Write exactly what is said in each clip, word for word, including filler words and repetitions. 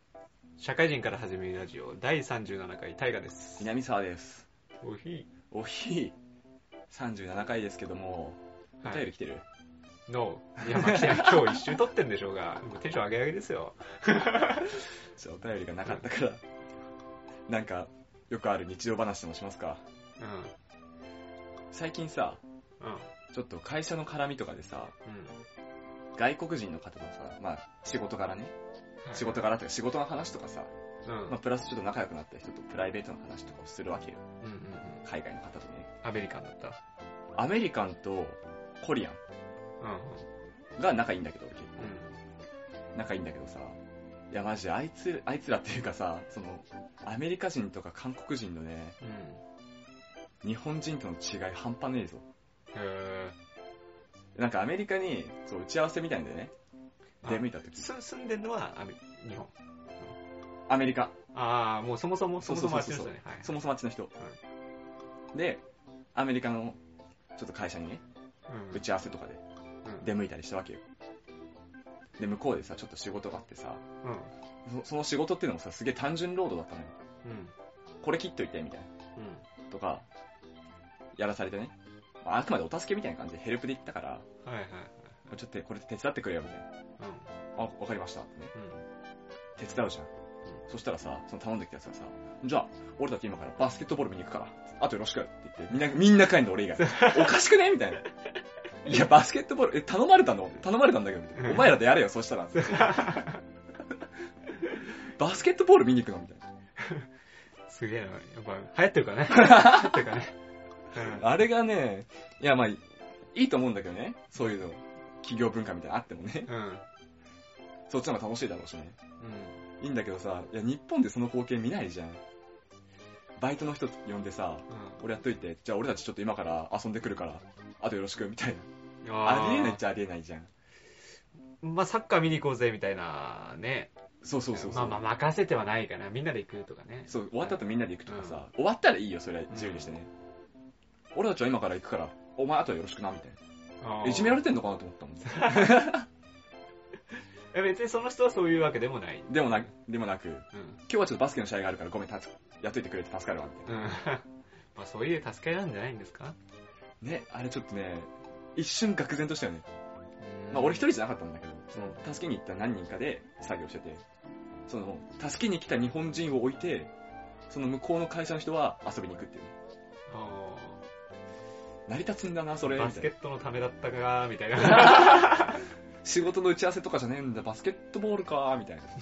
社会人から始めるラジオだいさんじゅうななかい、大河です。 南沢です。 おひおひさんじゅうななかいですけども、お便り来てる？ ノー。いや、まあ、今日一周撮ってんでしょうが、もうテンション上げ上げですよ。 ちょお便りがなかったから、なんか、よくある日常話でもしますか。 うん。 最近さ、 うん。 ちょっと会社の絡みとかでさ、 うん。 外国人の方とさ、まあ、仕事柄ね、 はい、 仕事柄というか仕事の話とかさ、 うんまあ、プラスちょっと仲良くなった人とプライベートの話とかをするわけよ。 うんうんうん。 海外の方とね。 アメリカンだった。 アメリカンとコリアンうんうん。 が仲いいんだけど、俺結構。 うん。 仲いいんだけどさ、いやマジあいつ、あいつらっていうかさ、その、アメリカ人とか韓国人のね、 うん。 日本人との違い半端ねえぞ。 へなんかアメリカに、そう、打ち合わせみたいんでね、出向いた時す住んでんのはアメ日本。 アメリカ。 ああ、もうそもそも、そもそもあっちのそうそうそうそう人ね。はい。 そもそもあっちの人。で、アメリカの、ちょっと会社にね、 うん、 打ち合わせとかでうん、 出向いたりしたわけよ。で、向こうでさ、ちょっと仕事があってさ、 うん。 そその仕事っていうのもさ、すげえ単純労働だったのよ。 うん。 これ切っといて、みたいな。 うん。 とか、やらされてね。まああくまでお助けみたいな感じでヘルプで言ったから、 はいはいはい。 ちょっとこれ手伝ってくれよ、みたいな。 うん。 あ、わかりました。ってね。 うん。 手伝うじゃん。そしたらさ、その頼んできたやつがさ、じゃあ、俺たち今からバスケットボール見に行くから、あとよろしくって言って、みんな、みんな帰んの俺以外。おかしくねみたいな。いや、バスケットボール、え、頼まれたの頼まれたんだけど、みたいな。お前らでやれよ、そしたら。バスケットボール見に行くのみたいな。 すげえな。やっぱ、流行ってるかね。流行ってるかね。 うん、あれがね、いや、まあ、いいと思うんだけどね。そういうの、企業文化みたいなのあってもね。 うん。 そっちの方が楽しいだろうしね。 うん。 いいんだけどさ、いや、日本でその光景見ないじゃん。バイトの人呼んでさ、うん、俺やっといて、じゃあ俺たちちょっと今から遊んでくるから、あとよろしく、みたいな。あありえないっちゃありえないじゃん。 まあ、サッカー見に行こうぜ、みたいなね。 そうそうそうそう。 まあまあ、任せてはないかな。みんなで行くとかね。 そう、終わった後みんなで行くとかさ、うん、終わったらいいよ、それは自由にしてね。うん、俺たちは今から行くから、お前あとよろしくな、みたいな。いじめられてんのかなと思ったもん。 別にその人はそういうわけでもない。 でもな、でもなく、うん、今日はちょっとバスケの試合があるからごめん、やっといてくれて助かるわ、みたいな。うん、 まあそういう助けなんじゃないんですかね、あれちょっとね、一瞬愕然としたよね。まあ俺一人じゃなかったんだけど、その、助けに行った何人かで作業してて、その、助けに来た日本人を置いて、その向こうの会社の人は遊びに行くっていうね。あ成り立つんだな、それ。 バスケットのためだったか、みたいな。 仕事の打ち合わせとかじゃねえんだ、バスケットボールか、みたいな。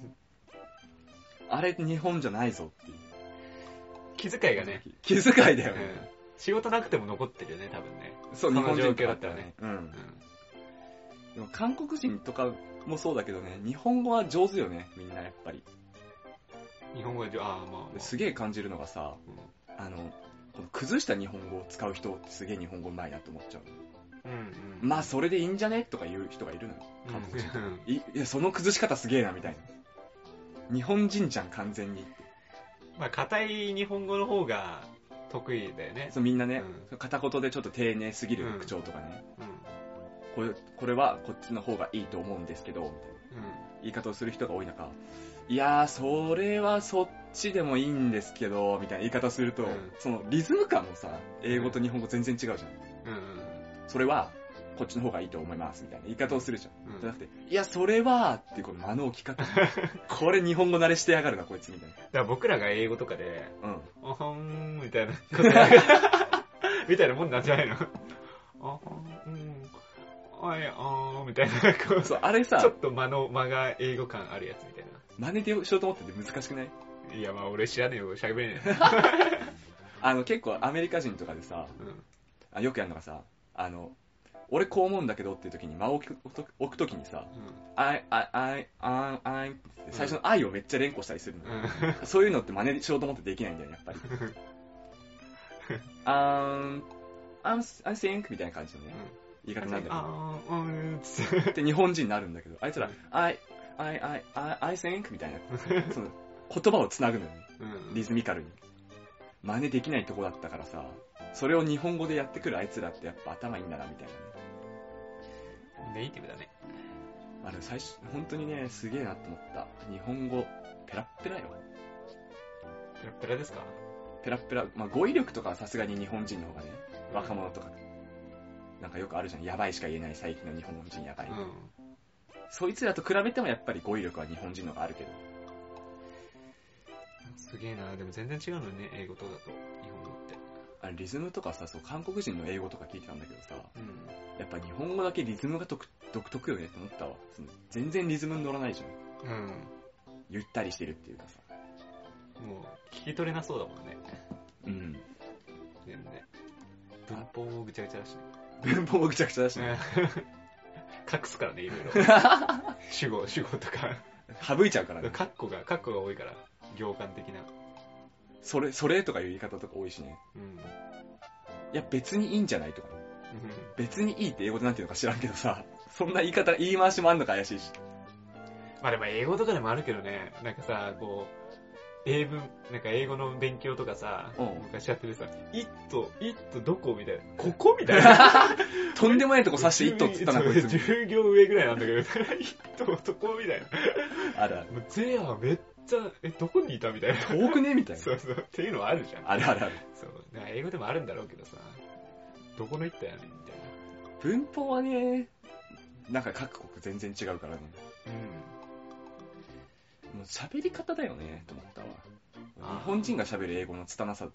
あれ日本じゃないぞっていう。 気遣いがね。 気遣いだよね、うん。 仕事なくても残ってるよね、多分ね。 そう、 日本人状況だったらね。 うん。うん、でも韓国人とかもそうだけどね、日本語は上手よね、みんなやっぱり。 日本語は上手、ああ、まあ、まあ。 すげえ感じるのがさ、うん、あの、この崩した日本語を使う人ってすげえ日本語うまいなって思っちゃう。うんうん、まあそれでいいんじゃねとか言う人がいるのよ、韓国人、うん、い, いやその崩し方すげえなみたいな。日本人じゃん完全に。 まあ硬い日本語の方が得意だよね。 そうみんなね、うん、片言でちょっと丁寧すぎる口調とかね、うんうん、これこれはこっちの方がいいと思うんですけどみたいな、うん、言い方をする人が多い中、いやーそれはそっちでもいいんですけどみたいな言い方をすると、うん、そのリズム感もさ英語と日本語全然違うじゃん、うんうん、それはこっちの方がいいと思いますみたいな言い方をするじゃん、うん、じゃなくていやそれはっていうこの間の置き方これ日本語慣れしてやがるなこいつみたいな。だから僕らが英語とかでうんおほんみたいなことみたいなもんなんじゃないの。おほんうんあいあーみたいなこうそうあれさちょっと間の間が英語感あるやつみたいな。 真似でしようと思ってて難しくない？ いやまあ俺知らねえよ喋れねえあの結構アメリカ人とかでさ、うん、よくやるのがさあの俺こう思うんだけどっていう時に間を置く時にさ、うん、I, I, I, I, I って最初の I をめっちゃ連呼したりするの、うん、そういうのって真似しようと思ってできないんだよねやっぱりum, I'm, I think みたいな感じのね、うん、言い方なんだけどで日本人になるんだけどあいつら、うん、I, I, I, I, I think みたいなその言葉をつなぐのよね、うん、リズミカルに真似できないとこだったからさそれを日本語でやってくるあいつらってやっぱ頭いいんだなみたいなね。 ネイティブだね。 あれ最初本当にねすげえなと思った。日本語ペラッペラよ。 ペラッペラですか？ ペラッペラ、まあ語彙力とかはさすがに日本人の方がね、若者とかなんかよくあるじゃん、やばいしか言えない最近の日本人やばい、うん、そいつらと比べてもやっぱり語彙力は日本人の方があるけど。 すげえな。でも全然違うのね、英語とだと日本語って。 あれリズムとかさ、そう韓国人の英語とか聞いてたんだけどさ、うん、やっぱ日本語だけリズムが独特よねって思ったわ。その全然リズムに乗らないじゃん。うん。ゆったりしてるっていうかさ。 もう聞き取れなそうだもんね。うん。でもね、文法もぐちゃぐちゃだしね。 文法もぐちゃぐちゃだしね。 隠すからね、いろいろ。主語、主語とか。 省いちゃうからね。 カッコが、カッコが多いから、行間的な。 それ、それとかいう言い方とか多いしね。うん。いや、別にいいんじゃないとか、ね。うん、別にいいって英語でなんていうのか知らんけどさ、そんな言い方、言い回しもあんのか怪しいし。 まあでも英語とかでもあるけどね、なんかさ、こう、英文、なんか英語の勉強とかさ、うん、昔やっててさ、it、it どこみたいな。ここみたいな。 とんでもないとこ指して it って言ったな、こいつ。 じゅう行上ぐらいなんだけど、it どこみたいな。 あるある。 もうゼアめっちゃ、え、どこにいたみたいな。 遠くねみたいな。 そうそう。っていうのはあるじゃん。 あるあるある。 そう。なんか英語でもあるんだろうけどさ、どこの行ったやねんみたいな。 文法はね、なんか各国全然違うからね。うん。もう喋り方だよね、と思ったわ。日本人が喋る英語の拙さって、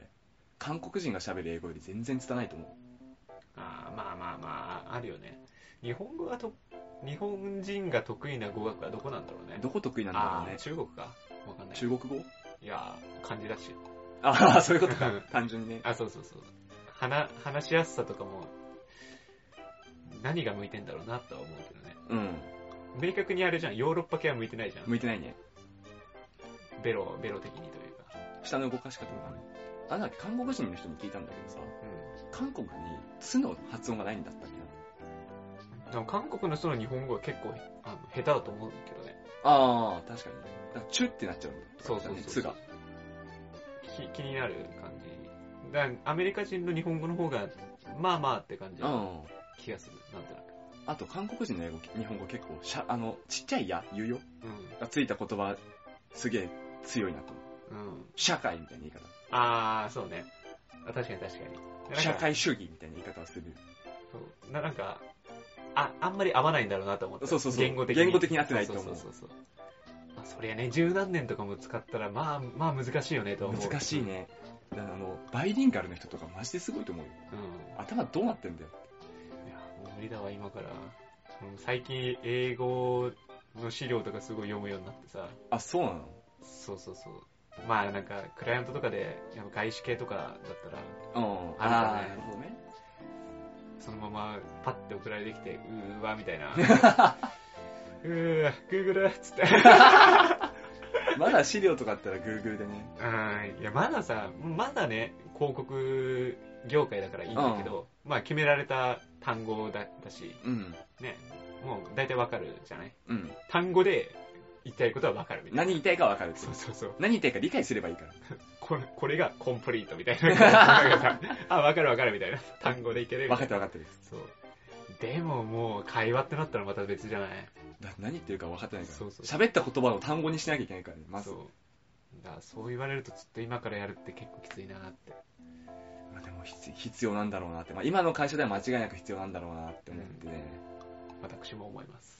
韓国人が喋る英語より全然拙いと思う。 ああ、まあまあまあ、あるよね。日本語がと、日本人が得意な語学はどこなんだろうね。 どこ得意なんだろうね。 中国かわかんない。 中国語？ いや、漢字だし。 ああ、そういうことか。単純にね。 あ、そうそうそう。話、話しやすさとかも、何が向いてんだろうなとは思うけどね。うん。明確にあれじゃん、ヨーロッパ系は向いてないじゃん。 向いてないね。 ベロ、ベロ的にというか。 下の動かし方とかね。あれだっけ、韓国人の人に聞いたんだけどさ、うん、韓国につの発音がないんだったっけな。 でも韓国の人の日本語は結構あの下手だと思うけどね。 ああ、確かに。だからチュってなっちゃうんだ、ね。 そうそうそう。 つが。 気、気になる感じ。だアメリカ人の日本語の方が、まあまあって感じの気がする。なんとなく。 あと韓国人の英語、日本語結構、しゃあの、ちっちゃいや、言うよ、うん、がついた言葉、すげえ強いなと思う。うん。社会みたいな言い方。 あー、そうね。確かに確かに。 社会主義みたいな言い方をする。 そうな。なんか、あ、あんまり合わないんだろうなと思って。 そうそうそう。 言語的に。 言語的に合ってないと思う。そうそうそうそう。 まあ、そりゃね、十何年とかも使ったら、まあ、まあ難しいよねと思う。 難しいね。だからあの、バイリンガルの人とかマジですごいと思うよ。うん。頭どうなってんだよ。 いや、もう無理だわ、今から。最近、英語の資料とかすごい読むようになってさ。 あ、そうなの？ そうそうそう。まあなんか、クライアントとかで、やっぱ外資系とかだったら、うん。 あるからね。なるほどね。 そのままパッて送られてきて、うーわ、みたいな。うーわ、Google っつって。 まだ資料とかあったら Google でね。 うん。いや、まださ、まだね、広告業界だからいいんだけど、うん、まあ決められた単語だったし、うん、ね、もう大体わかるじゃない、うん、単語で言いたいことはわかるみたいな。 何言いたいかわかる。 そうそうそう。 何言いたいか理解すればいいから。 これ、これがコンプリートみたいな。あ、わかるわかるみたいな。単語でいけるみたいな。 わかってわかってる。 そう。でももう会話ってなったらまた別じゃない。 だ何言ってるか分かってないから。そうそう。喋った言葉を単語にしなきゃいけないからね、まず。 そう。だからそう言われるとずっと今からやるって結構きついなって。 まあでも必要なんだろうなって。まあ今の会社では間違いなく必要なんだろうなって思ってね。 うん、私も思います。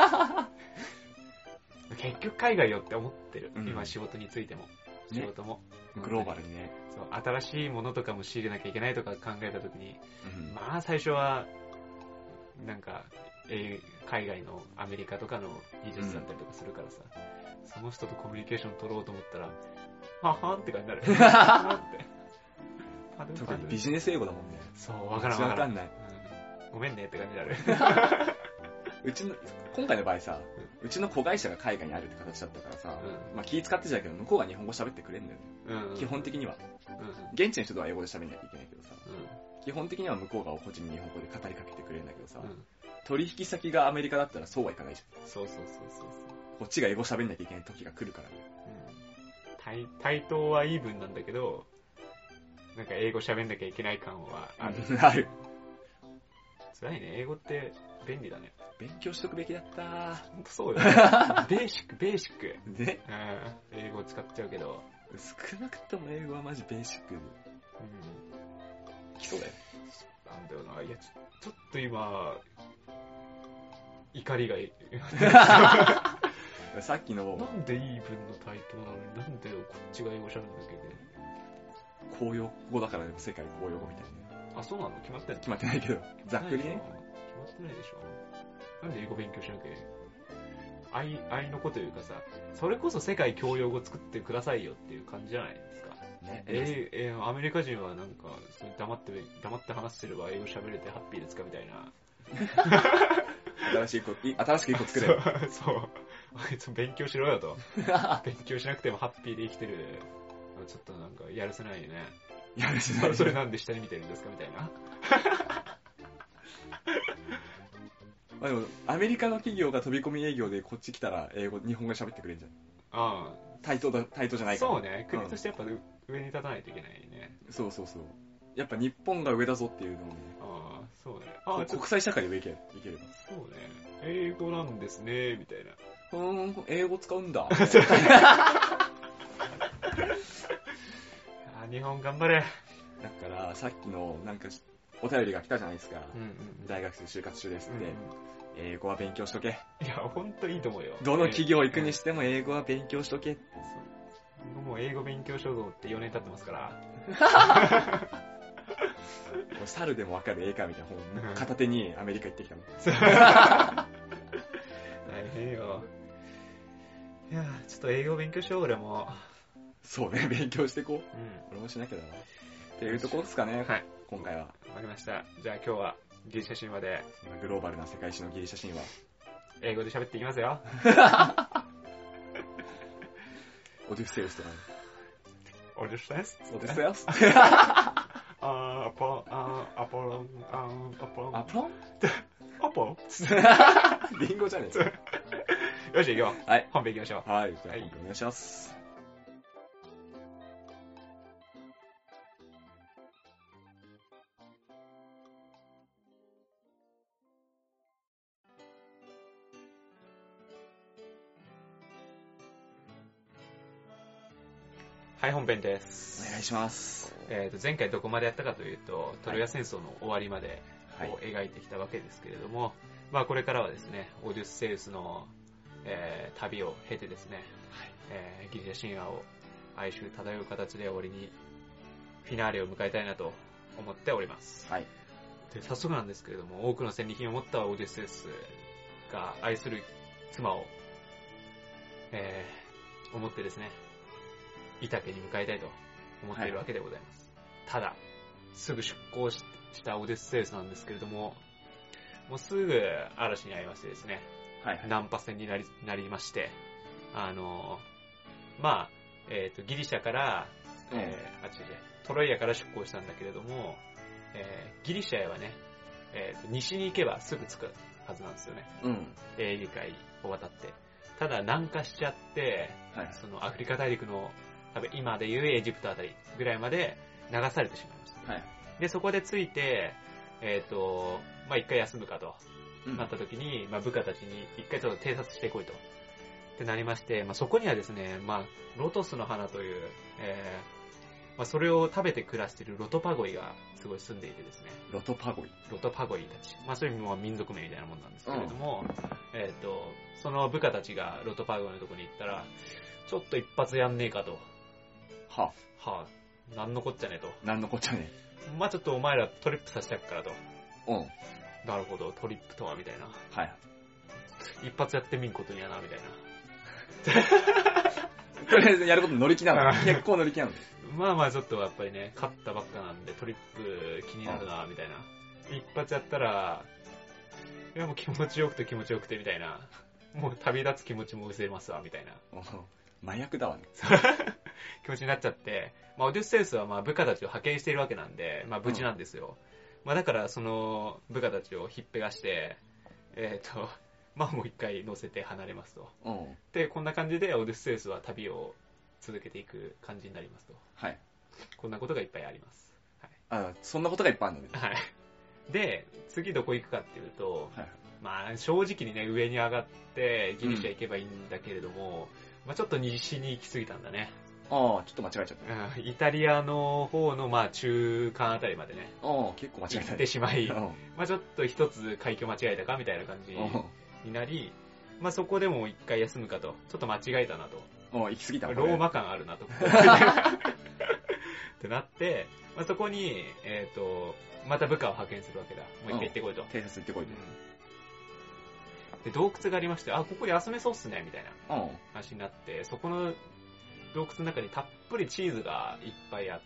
結局海外よって思ってる。うん、今仕事についても。仕事も。 ね、グローバルにね。 そう。新しいものとかも仕入れなきゃいけないとか考えたときに、うん、まあ最初は、なんか、えー、海外のアメリカとかの技術だったりとかするからさ、うん、その人とコミュニケーション取ろうと思ったら、ははんって感じになる。 特にビジネス英語だもんね。 そう、わからんわからん。 わかんない、 うん。ごめんねって感じになる。 うちの、今回の場合さ、うん、うちの子会社が海外にあるって形だったからさ、うん、まあ気使ってじゃけど、向こうが日本語喋ってくれんだよね。うんうん、基本的には、うん。現地の人とは英語で喋んなきゃいけないけどさ、うん、基本的には向こうがこっちに日本語で語りかけてくれるんだけどさ、うん、取引先がアメリカだったらそうはいかないじゃん。 そうそうそうそう。 こっちが英語喋んなきゃいけない時が来るからね。 うん、対, 対等はイーブンなんだけど、なんか英語喋んなきゃいけない感はある。 ある。 辛いね、英語って便利だね。 勉強しとくべきだったー。 ほんとそうよ、ね。ベーシック、ベーシック。 ね。 うん。英語使っちゃうけど。 少なくとも英語はマジベーシック。うん。基礎だよ。 なんだよな。いや、ちょ、ちょっと今、怒りがさっきのなんでいい文の対等なのになんでこっちが英語しゃべるんだっけね。 公用語だからね、世界公用語みたいな。 あ、そうなの？決まってんの？ 決まってないけど、ざっくりね。 決まってないでしょ。なんで英語勉強しなきゃ愛、愛の子というかさ、それこそ世界教養語作ってくださいよっていう感じじゃないですか。ね、えーえー、アメリカ人はなんか黙って黙って話してれば英語喋れてハッピーですかみたいな。 新しい子、新しく一個作れる。 そう。あいつ勉強しろよと。勉強しなくてもハッピーで生きてる。ちょっとなんかやるせないよね。 やるせない。 それなんで下に見てるんですかみたいな。 まあでも、アメリカの企業が飛び込み営業でこっち来たら英語、日本語喋ってくれるんじゃん。 ああ。 対等だ、対等じゃないから。 そうね。国としてやっぱ上に立たないといけないね。 うん、そうそうそう。やっぱ日本が上だぞっていうのをね。 ああ、そうね。あ国際社会で上行け、行ければ。 そうね。英語なんですね、みたいな。 うーん、英語使うんだ。あ、 日本頑張れ。 だからさっきのなんかお便りが来たじゃないですか。 うんうん、 大学生就活中ですって、 うんうん。 英語は勉強しとけ。 いや、ほんといいと思うよ。 どの企業行くにしても英語は勉強しとけ。 僕もう英語勉強しようと思ってよねん経ってますから。 猿でもわかる英会話みたいな本片手にアメリカ行ってきたの。 大変よ。いやちょっと英語勉強しよう俺も。 そうね、勉強していこう。うん。俺もしなきゃだな。っていうところですかね。はい。今回は。 わかりました。じゃあ今日はギリシャ神話で。 グローバルな世界史のギリシャ神話。 英語で喋っていきますよ。 オデュッセウスとかね。 オデュッセウスオデュッセウスあー、アポロン、あー、アポロン、あー、アポロン。 アポロンアポロンリンゴじゃねえ。よし、行こう。 はい。 本編行きましょう。 はい。じゃあ、本編お願いします。 はい、本編です。 お願いします。 えーと、前回どこまでやったかというと、トロヤ戦争の終わりまでを描いてきたわけですけれども、はい、まあこれからはですね、オデュッセウスの、えー、旅を経てですね、はい、えー、ギリシャ神話を哀愁漂う形で終わりに、フィナーレを迎えたいなと思っております。はい。で、早速なんですけれども、多くの戦利品を持ったオデュッセウスが愛する妻を、えー、思ってですね、イタケに迎えたいと思っているわけでございます。はい、ただ、すぐ出港したオデュッセウスなんですけれども、もうすぐ嵐に遭いましてですね、はいはい、難破船になり、なりまして、あのー、まあ、えっと、ギリシャから、えー、うん、あ、違う違う、トロイアから出港したんだけれども、えー、ギリシャへはね、えーと、西に行けばすぐ着くはずなんですよね。うん。エーゲ海を渡って。ただ南下しちゃって、はい、そのアフリカ大陸の多分今でいうエジプトあたりぐらいまで流されてしまいました。はい。で、そこで着いて、えっと、まあ、一回休むかと、うん、なった時に、まあ、部下たちに一回ちょっと偵察してこいと。ってなりまして、まあ、そこにはですね、まあ、ロトスの花という、えー、まあ、それを食べて暮らしているロトパゴイがすごい住んでいてですね。 ロトパゴイロトパゴイたち。まあ、そういう意味も民族名みたいなもんなんですけれども、うん、えっと、その部下たちがロトパゴイのところに行ったら、ちょっと一発やんねえかと。 はあ、はあ、なんのこっちゃねと。 なんのこっちゃねまあちょっとお前らトリップさせてやっからと。 うん。 なるほど、トリップとは、みたいな。 はい。 一発やってみんことにやな、みたいな。 とりあえずやること乗り気なの結構乗り気なのまあまあちょっとやっぱりね、勝ったばっかなんでトリップ気になるな、みたいな。一発やったら、いやもう気持ちよくて気持ちよくて、みたいな。もう旅立つ気持ちも失せますわ、みたいな。 麻薬だわね。 気持ちになっちゃって、まあ、オデュッセウスはまあ部下たちを派遣しているわけなんで、まあ無事なんですよ。うん、まあだからその部下たちをひっぺがして、えっと、まあもう一回乗せて離れますと。うん、で、こんな感じでオデュッセウスは旅を続けていく感じになりますと。はい。こんなことがいっぱいあります。 はい、あ、そんなことがいっぱいあるのね。 はい。で、次どこ行くかっていうと、はい、 まあ正直にね、上に上がってギリシャ行けばいいんだけれども、うん、まあちょっと西に行き過ぎたんだね。 ああ、ちょっと間違えちゃった、 うん。イタリアの方のまあ中間あたりまでね。 ああ、結構間違えた。 行ってしまい、まあちょっと一つ海峡間違えたかみたいな感じになり、まあそこでも一回休むかと、ちょっと間違えたなと。 ああ、行き過ぎた。 ローマ感あるなと。ってなって、まあ、そこに、えっ、ー、と、また部下を派遣するわけだ。もう一回行ってこいと。 偵察行ってこいと、 うん。で、洞窟がありまして、あ、ここ休めそうっすね、みたいな話になって、そこの洞窟の中にたっぷりチーズがいっぱいあって、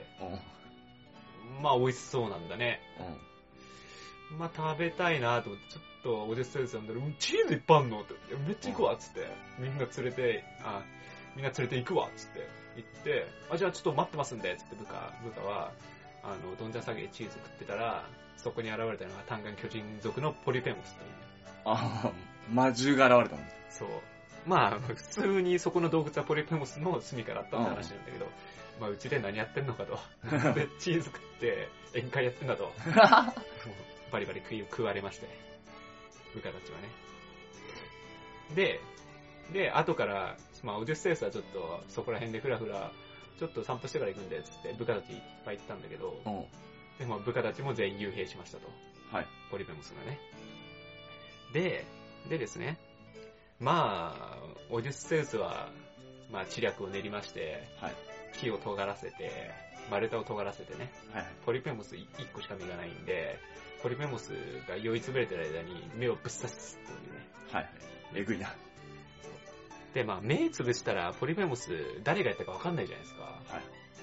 まあ美味しそうなんだね。まあ食べたいなと思って、ちょっとおじさんさんだら、チーズいっぱいあんのって、めっちゃ行くわっつって、みんな連れて、あ、みんな連れて行くわっつって言って、あ、じゃあちょっと待ってますんで、つって部下、部下は、あの、どんじゃ下げでチーズ食ってたら、そこに現れたのが単眼巨人族のポリペモスっていう。 ああ、魔獣が現れたんです。 そう。まあ、普通にそこの洞窟はポリペモスの住みかだったって話なんだけど、まあ、うちで何やってんのかと。で、チーズ食って宴会やってんだと。バリバリ食い食われまして、部下たちはね。で、で、後から、まあ、オデュッセウスはちょっと、そこら辺でふらふら、ちょっと散歩してから行くんで、つって部下たちいっぱい行ったんだけど、でも部下たちも全員幽閉しましたと。 はい。 ポリペモスがね。で、でですね、まあ、オデュッセウスは、まあ、知略を練りまして、 はい。 木を尖らせて、丸太を尖らせてね、はい、ポリペモスいっこしか目がないんで、ポリペモスが酔いつぶれてる間に目をぶっ刺すというね。 はい。えぐいな。 で、まあ、目つぶしたら、ポリペモス誰がやったかわかんないじゃないですか。はい。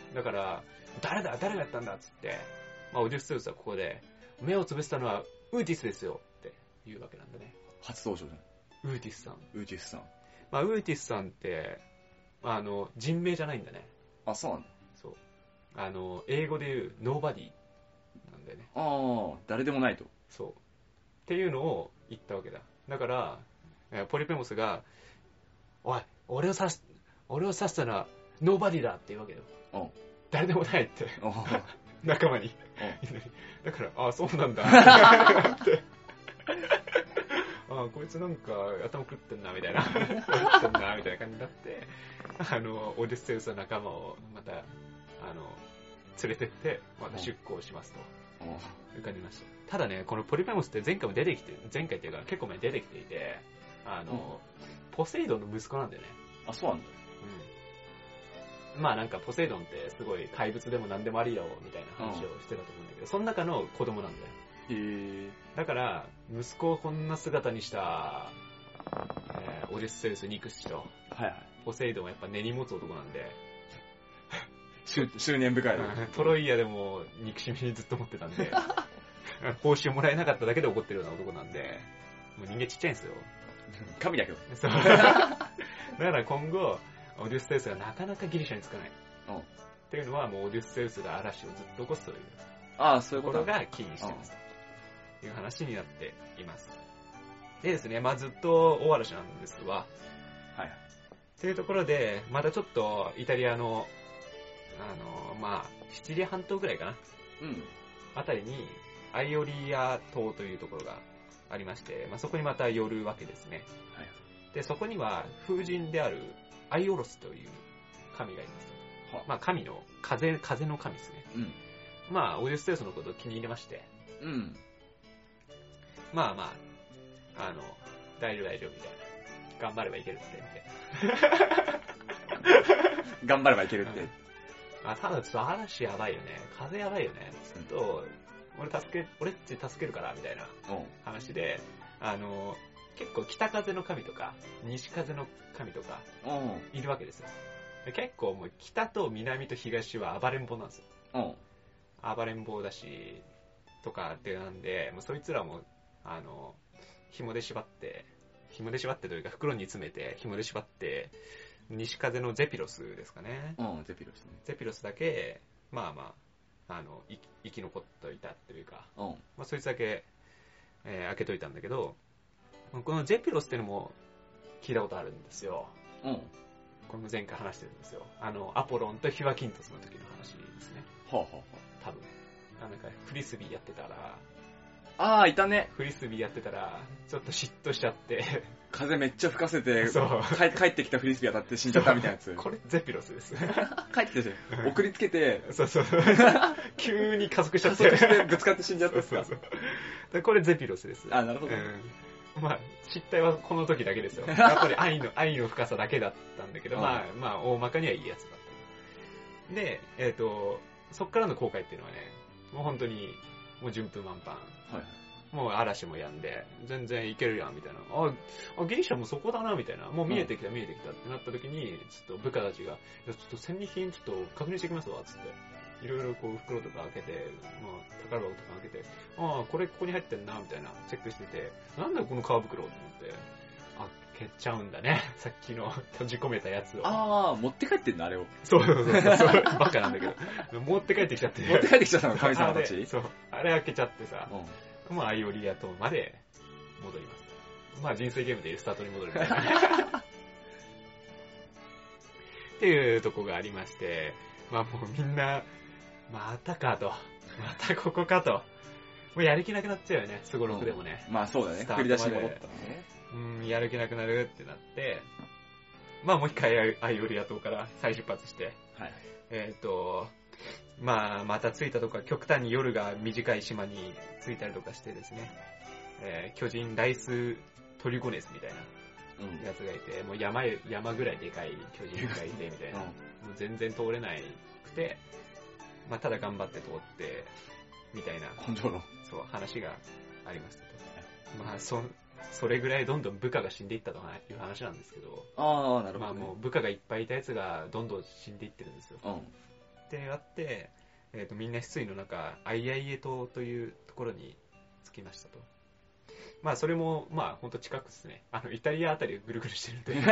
だから、誰だ誰がやったんだっつって、まあ、オデュッセウスはここで、目をつぶしたのはウーティスですよって言うわけなんだね。 初登場じゃん。ウーティスさん。 ウーティスさん。 まあ、ウーティスさんって、あの、人名じゃないんだね。 あ、そうなんだ。 そう。あの、英語で言う、ノーバディなんだよね。 ああ、誰でもないと。 そう。っていうのを言ったわけだ。だから、ポリペモスが、おい、俺を刺す、俺を刺したのは、ノーバディだって言うわけよ。誰でもないって。仲間に。だから、ああ、そうなんだ。ってああ、こいつなんか頭食ってんな、みたいな。食ってんな、みたいな感じになって、あの、オデュッセウスの仲間をまた、あの、連れてって、また出航しますと。浮かびました。ただね、このポリペモスって前回も出てきて、前回っていうか結構前に出てきていて、あの、ポセイドンの息子なんだよね。 あ、そうなんだ。 うん。まあなんかポセイドンってすごい怪物でも何でもありよ、みたいな話をしてたと思うんだけど、その中の子供なんだよ。 へー。 だから、息子をこんな姿にした、えー、オデュッセウス憎しと、 はいはい。 ポセイドンはやっぱ根に持つ男なんで、 執念深い。 トロイアでも憎しみにずっと持ってたんで、報酬もらえなかっただけで怒ってるような男なんで、もう人間ちっちゃいんですよ。 神だけど。 そう。だから今後、オデュッセウスがなかなかギリシャに着かない。うん。っていうのはもうオデュッセウスが嵐をずっと起こすという。 ああ、そういうことが起因してます。という話になっています。でですね、まあずっと大嵐なんですわ。 はい。 というところで、またちょっとイタリアの、あの、まあシチリア半島ぐらいかな。 うん。 あたりに、アイオリア島というところがありまして、まあそこにまた寄るわけですね。はい。で、そこには風神であるアイオロスという神がいますと。はまあ神の、風、風の神ですね。うん。まあ、オデュッセウスのことを気に入れまして。 うん。 まあまあ、あの、大丈夫大丈夫みたいな。頑張ればいけるって、みたいな。 頑張ればいけるって。うん、 あ、ただちょっと嵐やばいよね。風やばいよね。ちょっと、俺助け、俺っち助けるから、みたいな話で、あの、結構北風の神とか、西風の神とか、いるわけですよ。結構もう北と南と東は暴れん坊なんですよ。暴れん坊だし、とかってなんで、もうそいつらも、あの、紐で縛って、紐で縛ってというか袋に詰めて、紐で縛って、西風のゼピロスですかね。 うん、ゼピロスね。 ゼピロスだけ、まあまあ、あの、生き残っといたというか、うん、まあそいつだけ、えー、開けといたんだけど、このゼピロスっていうのも聞いたことあるんですよ。うん。これも前回話してるんですよ。あの、アポロンとヒュアキントスの時の話ですね。 はあはあはあ。 多分。なんか、フリスビーやってたら、 ああ、いたね。 フリスビーやってたら、ちょっと嫉妬しちゃって。 風めっちゃ吹かせて、 そう帰ってきたフリスビー当たって死んじゃったみたいなやつ。 これゼピロスです。 帰ってきて、送りつけて、 そうそう。急に加速しちゃって。 加速してぶつかって死んじゃったやつか。 そうそうそう。これゼピロスです。 あ、なるほど。 うん、まあ、失態はこの時だけですよ。やっぱり愛の、愛の深さだけだったんだけど、まあ、まあ、大まかにはいいやつだった。で、えっと、そっからの後悔っていうのはね、もう本当に、もう順風満帆。はい。もう嵐も止んで、全然いけるやん、みたいな。あ、あギリシャもそこだな、みたいな。もう見えてきた、見えてきたってなった時に、ちょっと部下たちが、いや、ちょっと戦利品ちょっと確認してきますわ、つって。いろいろこう袋とか開けて、まあ、宝箱とか開けて、ああ、これここに入ってんな、みたいな、チェックしてて、なんだよこの革袋と思って、あ、蹴っちゃうんだね。さっきの閉じ込めたやつを。 ああ、持って帰ってんのあれを。 そうそうそうそう。バカなんだけど。持って帰ってきちゃって。 持って帰ってきちゃったの、神様たち。 そう。あれ開けちゃってさ、うん、まあ、アイオリア島まで戻ります。まあ、人生ゲームでいうスタートに戻るみたいな。っていうとこがありまして、まあもうみんな、またかと。またここかと。もうやる気なくなっちゃうよね、スゴロクでもね。 うん、まあそうだね、振り出しに戻ったのね。 うん、やる気なくなるってなって、まあもう一回アイオリア島から再出発して、はい、えっ、ー、と、まあまた着いたとか、極端に夜が短い島に着いたりとかしてですね、えー、巨人ライストリゴネスみたいなやつがいて、うん、もう山、山ぐらいでかい巨人がいてみたいな、うん、もう全然通れなくて、まあただ頑張って通って、みたいな、 根性論。 そう、話がありましたと。まあそ、それぐらいどんどん部下が死んでいったという話なんですけど、 ああ、なるほど、ね。 まあもう部下がいっぱいいたやつがどんどん死んでいってるんですよ。うん。ってあって、えっと、みんな失意の中、アイアイエ島というところに着きましたと。まあそれも、まあほんと近くですね。あの、イタリアあたりをぐるぐるしてるんで。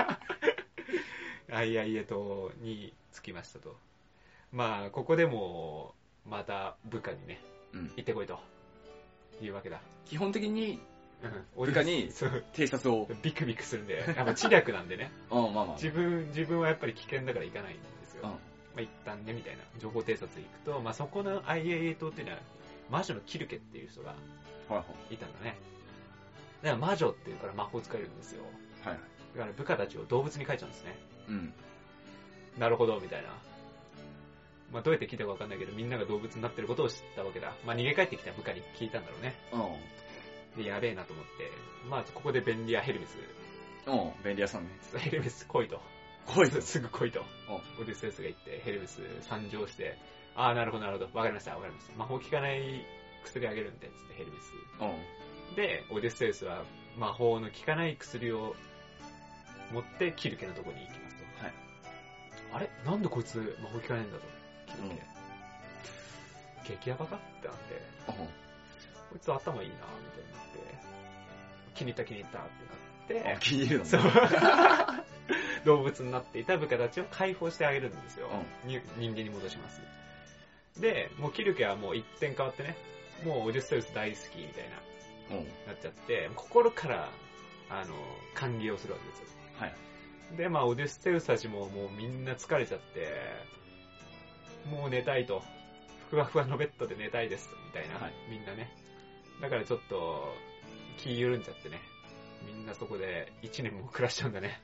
アイアイエ島に着きましたと。まあここでも、また部下にね、うん、行ってこいというわけだ。 基本的に、うん、部下に偵察をビクビクするんで、やっぱ知略なんでね。 うん、まあまあ。 自分、自分はやっぱり危険だから行かないんですよ。うん、まあ一旦ね、みたいな。情報偵察行くと、まあそこの アイアイエ島っていうのは、魔女のキルケっていう人がいたんだね。だから魔女っていうから魔法使えるんですよ。はい。だから部下たちを動物に変えちゃうんですね。うん。なるほど、みたいな。まあどうやって聞いたかわかんないけど、みんなが動物になってることを知ったわけだ。まあ逃げ帰ってきた部下に聞いたんだろうね。うん。で、やべえなと思って、まあここで便利屋ヘルメス。 うん、便利屋さんね。 ヘルメス来いと。 来いと。 すぐ来いと。オデュセウスが言って、ヘルメス参上して、ああ、なるほどなるほど。わかりました、わかりました。魔法効かない薬あげるんで、つってヘルメス。うん。で、オデュセウスは魔法の効かない薬を持ってキルケのところに行きますと。はい。あれなんでこいつ魔法効かないんだと。キルケ。うん、激ヤバかってなって。うん。こいつ頭いいなみたいになって。気に入った気に入ったってなって。 あ、気に入るのね。 そう。動物になっていた部下たちを解放してあげるんですよ。うん、に人間に戻します。で、もうキルケはもう一点変わってね、もうオデュッセウス大好きみたいな、うん、なっちゃって、心から、あの、歓迎をするわけですよ。はい。で、まあオデュッセウスたちももうみんな疲れちゃって、もう寝たいと。ふわふわのベッドで寝たいです、みたいな、はい、みんなね。だからちょっと、気緩んじゃってね。みんなそこで一年も暮らしちゃうんだね。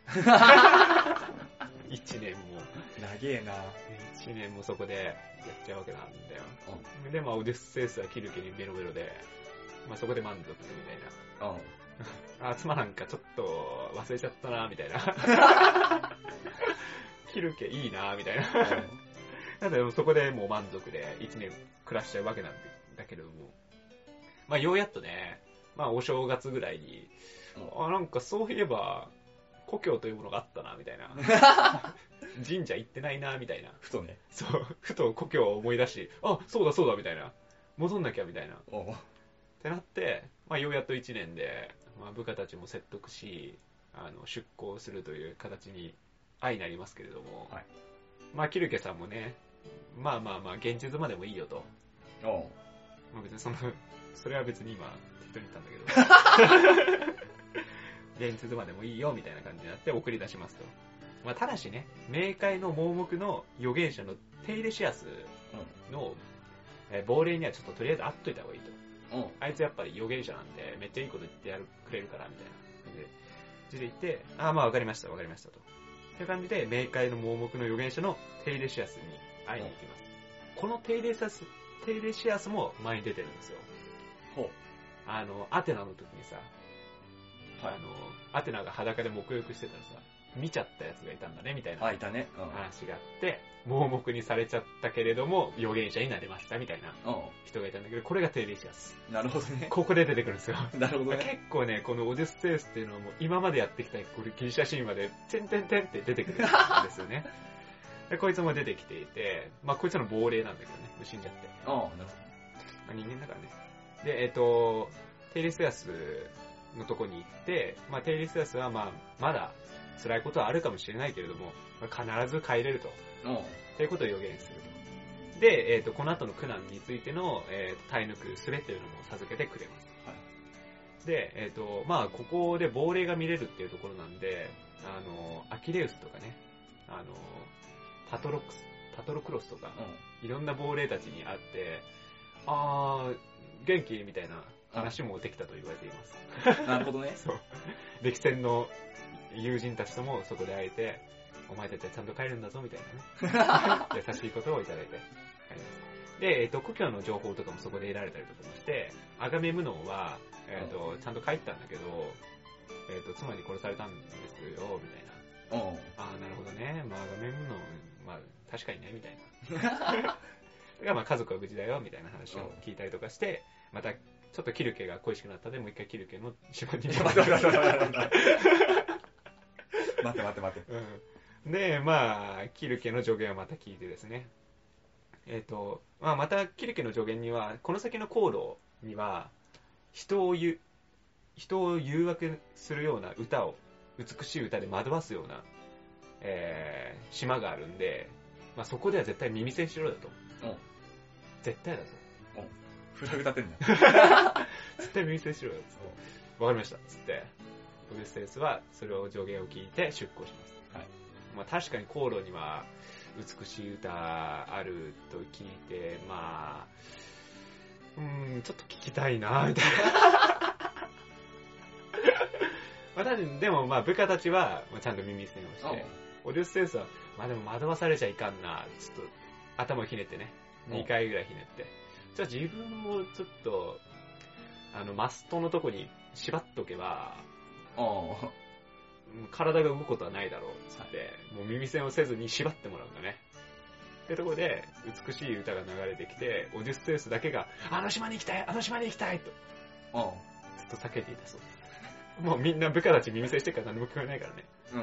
一年も。 長えな。 一年もそこでやっちゃうわけなんだよ。うん、で、まあ、オデュッセウスはキルケにベロベロで、まあそこで満足みたいな。うん、あ、妻なんかちょっと忘れちゃったな、みたいな。キルケいいな、みたいな。なんでそこでもう満足で一年暮らしちゃうわけなんだけれども。まあようやっとね、まあお正月ぐらいに、あ、なんかそういえば、故郷というものがあったな、みたいな。神社行ってないな、みたいな。 ふとね。 そう、ふと故郷を思い出し、あ、そうだそうだ、みたいな。戻んなきゃ、みたいな。ってなって、まあようやっと一年で、まあ部下たちも説得し、あの、出向するという形に相なりますけれども、はい、まあキルケさんもね、まあまあまあ、現実までもいいよと。おまあ別にその、それは別に今、適当に言ったんだけど。現実までもいいよみたいな感じになって送り出しますと。まあ、ただしね、冥界の盲目の預言者のテイレシアスの、うん、えー、亡霊にはちょっととりあえず会っといた方がいいと。 あいつやっぱり預言者なんで、めっちゃいいこと言ってやるくれるから、みたいな感じで言って、ああ、まあわかりました、わかりましたと。という感じで、冥界の盲目の預言者のテイレシアスに会いに行きます。このテイレシアス、テイレシアスも前に出てるんですよ。 ほう。 あの、アテナの時にさ、 はい、 あの、アテナが裸で沐浴してたらさ、見ちゃったやつがいたんだね、みたいな話があって、盲目にされちゃったけれども、預言者になれました、みたいな人がいたんだけど、これがテイレシアス。 なるほどね。 ここで出てくるんですよ。 なるほどね。 結構ね、このオデュステウスっていうのはもう今までやってきたこれギリシャ神話で、てんてんてんって出てくるんですよね。でこいつも出てきていて、まあこいつの亡霊なんだけどね、死んじゃって。 ああ、なるほど。まあ、人間だからね。で、えっと、テイレシアスのとこに行って、まあテイレシアスはまあ、まだ辛いことはあるかもしれないけれども、まあ、必ず帰れると。ということを予言すると。で、えっと、この後の苦難についての、えー、耐え抜く術っていうのも授けてくれます。はい、で、えっと、まあここで亡霊が見れるっていうところなんで、あの、アキレウスとかね、あの、パトロクス、パトロクロスとか、うん、いろんな亡霊たちに会って、あー、元気みたいな話もできたと言われています。 なるほどね。 そう。歴戦の友人たちともそこで会えて、お前たちはちゃんと帰るんだぞみたいなね。優しいことをいただいて帰ります。で、えっと、故郷の情報とかもそこで得られたりとかもして、アガメムノンは、えっと、ちゃんと帰ったんだけど、えっと、妻に殺されたんですよ、みたいな。ああ、なるほどね。まあ、アガメムノン、まあ、確かにね、みたいな。だからまあ、家族は無事だよ、みたいな話を聞いたりとかして、また、ちょっとキルケが恋しくなったので、もう一回キルケの島に。待って待って待って。待って待って待って。うん。で、まあ、キルケの助言をまた聞いてですね。えっと、まあ、またキルケの助言には、この先の航路には、人をゆ、人を誘惑するような歌を、美しい歌で惑わすような、えー、島があるんで、まあ、そこでは絶対耳栓しろだと。 うん。 絶対だぞ。 うん。フラグ立てんだ。 絶対耳栓しろよ。わかりました。つって、オデュッセウスはそれを助言を聞いて出港します。はい。まあ、確かに航路には美しい歌あると聞いて、まあ、うーん、ちょっと聞きたいな、みたいな。まあ、でもまあ部下たちはちゃんと耳栓をして、オデュッセウスは、まあでも惑わされちゃいかんな、ちょっと頭をひねってね、にかいぐらいひねって、じゃあ自分もちょっと、あの、マストのとこに縛っとけば、体が動くことはないだろう、つって、もう耳栓をせずに縛ってもらうんだね。ってところで、美しい歌が流れてきて、オデュッセウスだけが、あの島に行きたいあの島に行きたいと、ずっと叫んでいたそうです。もうみんな部下たち耳栓してるから何も聞こえないからね。うん。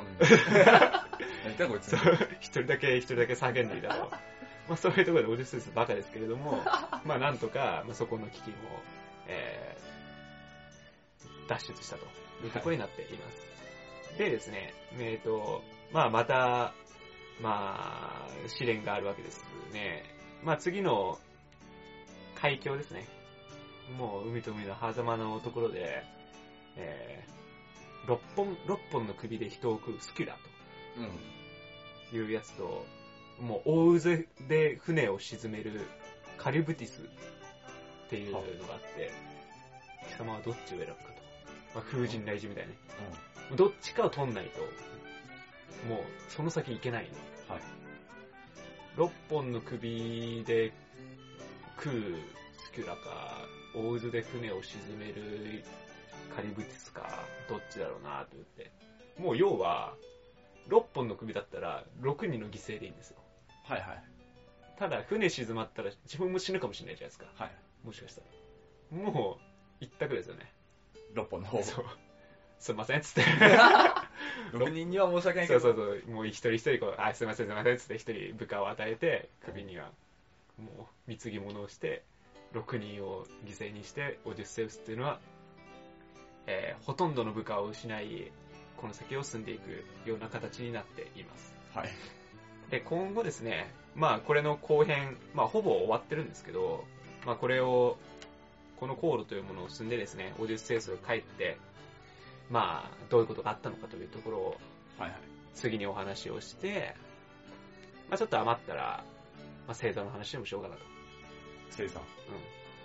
何だこいつ。一人だけ一人だけ叫んでいたと。まあそういうところでオデュッセウスバカですけれども、まあなんとか、まあ、そこの危機を、えー、脱出したというところになっています。はい、でですね、えっと、まあまた、まあ、試練があるわけですね。まあ次の海峡ですね。もう海と海の狭間のところで、えー、六本、六本の首で人を食うスキュラというやつと、もう大渦で船を沈めるカリブティスっていうのがあって、貴様はどっちを選ぶかと。まあ、風神雷神みたいなね、うん。どっちかを取んないと、もうその先行けないの。はい。六本の首で食うスキュラか、大渦で船を沈めるカリブティスか、どっちだろうなと言って。もう要は、ろっぽんの首だったらろくにんの犠牲でいいんですよ。はいはい。ただ、船沈まったら自分も死ぬかもしれないじゃないですか。はい。もしかしたら。もう、一択ですよね。ろっぽんの方。そう。すいませんっつって。ろくにんには申し訳ないけど。そうそうそう。もう一人一人こう、あ、すいませんすいませんっつって一人部下を与えて、首には、もう、貢ぎ物をして、ろくにんを犠牲にして、オデュッセウスっていうのは、えー、ほとんどの部下を失い、この先を進んでいくような形になっています。はい。で、今後ですね、まあこれの後編、まあほぼ終わってるんですけど、まあこれを、この航路というものを進んでですね、オデュッセウスが帰って、まあどういうことがあったのかというところを、はいはい。次にお話をして、まあちょっと余ったら、まあ星座の話でもしようかなと。星座。うん。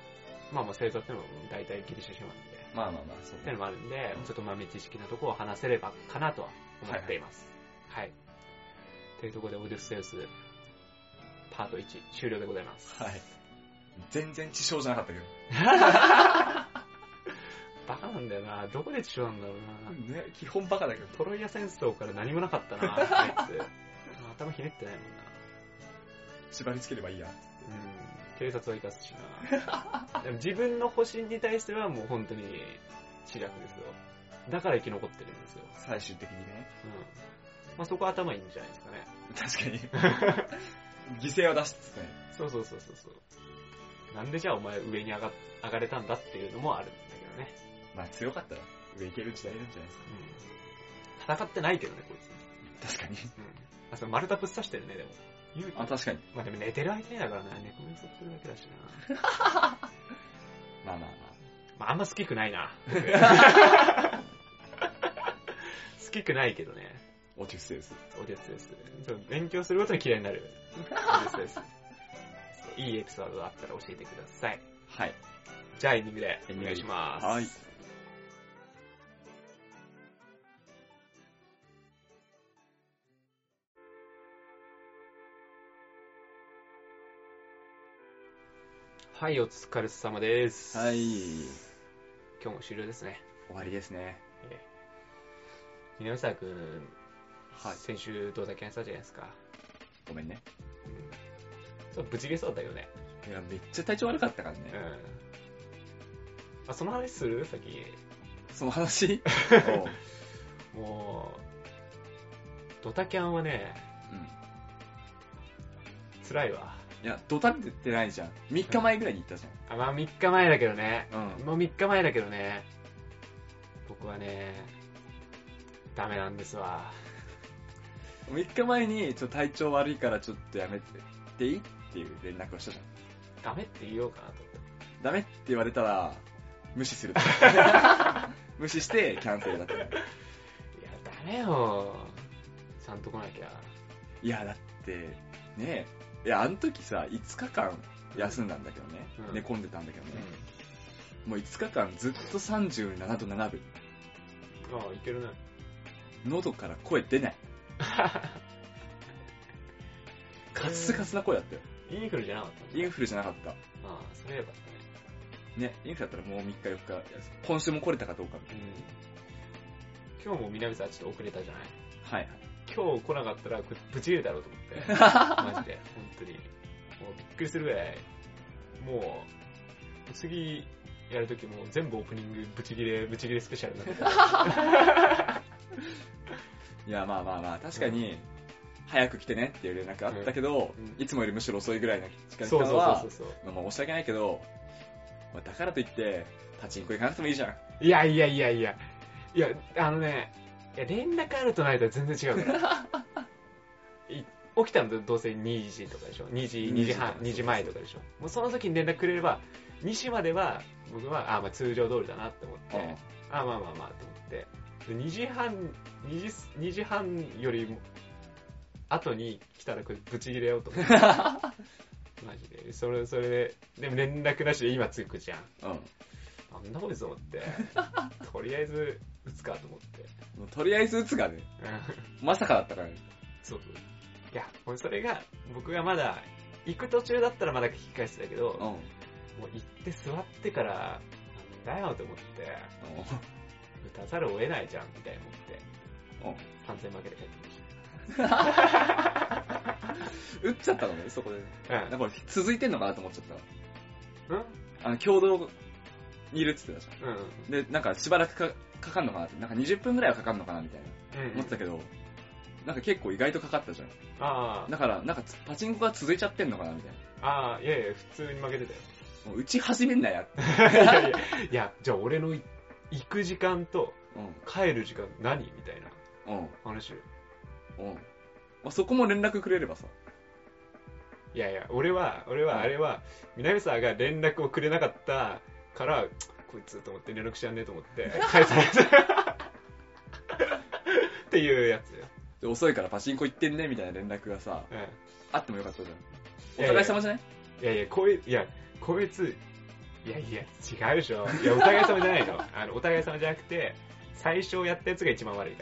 まあまあ星座ってのも大体ギリシャ神話なんで。 まあまあまあ、そう。 ってのもあるんで、ちょっと豆知識なところを話せればかなとは思っています。はい。はい、というところで、オデュッセウス、パートいち、終了でございます。 はい。全然知性じゃなかったけど。 バカなんだよな。どこで知性なんだろうな。ね、基本バカだけど。 トロイア戦争から何もなかったな、あいつ。頭ひねってないもんな。 縛り付ければいいや。うん。 警察は生かすしな。でも自分の星に対してはもう本当に知略ですよ。だから生き残ってるんですよ。 最終的にね。 うん。まあそこは頭いいんじゃないですかね。確かに。犠牲を出しつつね。 そうそうそうそうそう。なんでじゃあお前上に上が、上がれたんだっていうのもあるんだけどね。 まあ強かったら上行ける時代なんじゃないですか。 うん。戦ってないけどね、こいつ。確かに。 うん。あ、それ丸太ぶっ刺してるね、でも。 あ、確かに。 まあでも寝てる相手だからな、猫目そってるだけだしな。まあまあまあ。 まああんま好きくないな。好きくないけどね。 オデュッセウス。 オデュッセウス。勉強するごとに嫌いになる。オデュッセウス。いいエピソードがあったら教えてください。 はい。 じゃあエンディングでお願いします。 はい。 はい、お疲れ様です。 はい。 今日も終了ですね。 終わりですね。 えー、稲沢くん、 はい、 先週どうだけやったじゃないですか。 ごめんね。 うん。ちょっとブチ切れそうだよね。 いや、めっちゃ体調悪かったからね。 うん。あ、その話する先。 その話もう、ドタキャンはね、うん。辛いわ。 いや、ドタってってないじゃん。みっかまえぐらいに行ったじゃん。うん、あ、まあみっかまえだけどね。 うん。 もうみっかまえだけどね。僕はね、ダメなんですわ。 みっかまえに、ちょっと体調悪いからちょっとやめていいっていう連絡をしたじゃん。 ダメって言おうかなと思って。 ダメって言われたら、無視する。無視してキャンセルだった。いや、 ダメよ。ちゃんと来なきゃ。 いや、だって、ねえ。いや、あの時さ、いつかかん休んだんだけどね。うん、寝込んでたんだけどね。うん、もういつかかんずっとさんじゅうななどななぶ。 ああ、いけるね。 喉から声出ない。カスカスな声だったよ。 インフルじゃなかった、 インフルじゃなかった。ああ、それよかったね。ね、インフルだったらもうみっかよっか、今週も来れたかどうかみたいな。 うん、今日も南さんちょっと遅れたじゃない。 はいはい。 今日来なかったらぶち切れだろうと思って。マジで、本当に。もうびっくりするぐらい、もう、次やるときも全部オープニングブチ切れ、ブチ切れスペシャルになってた。 いや、まあまあまあ、確かに、早く来てねっていう連絡あったけど、うん、いつもよりむしろ遅いぐらいの時間間は、まあ申し訳ないけど、まあ、だからといって、パチンコ行かなくてもいいじゃん。 いやいやいやいや、いや、あのね、いや、連絡あるとないとは全然違うから。起きたのどうせにじとかでしょ ?にじ、にじはん、にじまえとかでしょ。もうその時に連絡くれれば、にじまでは僕は、あ、まあ通常通りだなって思って、うん、あ、まあまあまあって思って、にじはん、にじ、にじはんよりも後に来たらこれブチ切れようと思って。マジで。それ、それで、でも連絡なしで今着くじゃん。うん。なんだこいつと思って、とりあえず打つかと思って。 もうとりあえず打つがね、まさかだったからね。 そうそう。いや、それが、僕がまだ、行く途中だったらまだ聞き返してたけど、うん、もう行って座ってから、なんだよと思って、うん、打たざるを得ないじゃん、みたいに思って、うん、さんぜん負けで帰ってきました。 打っちゃったのね、そこで。うん。なんか続いてんのかなと思っちゃった。うんあの、共同にいるって言ってたじゃん。うん、うん。で、なんかしばらくかかかんのかなって、なんかにじゅっぷんぐらいはかかんのかなみたいな。うん、うん。思ってたけど、なんか結構意外とかかったじゃん。ああ。だから、なんかパチンコが続いちゃってんのかなみたいな。 ああ、いやいや、普通に負けてたよ。 もう打ち始めんなや。 いやいや、いや、じゃあ俺の行く時間と帰る時間何みたいな。うん。話よ。 うん。まあ、そこも連絡くれればさ。 いやいや、俺は、俺はあれは、南沢が連絡をくれなかったから、こいつと思って連絡しやんねえと思って、返された。っていうやつよ。 で遅いからパチンコ行ってんねみたいな連絡がさ、うん、あってもよかったじゃん。お互い様じゃない？ いやいや、こい、いや、こいつ、 いやいや、違うでしょ。いや、お互い様じゃないの。あの、お互い様じゃなくて、最初やったやつが一番悪いから。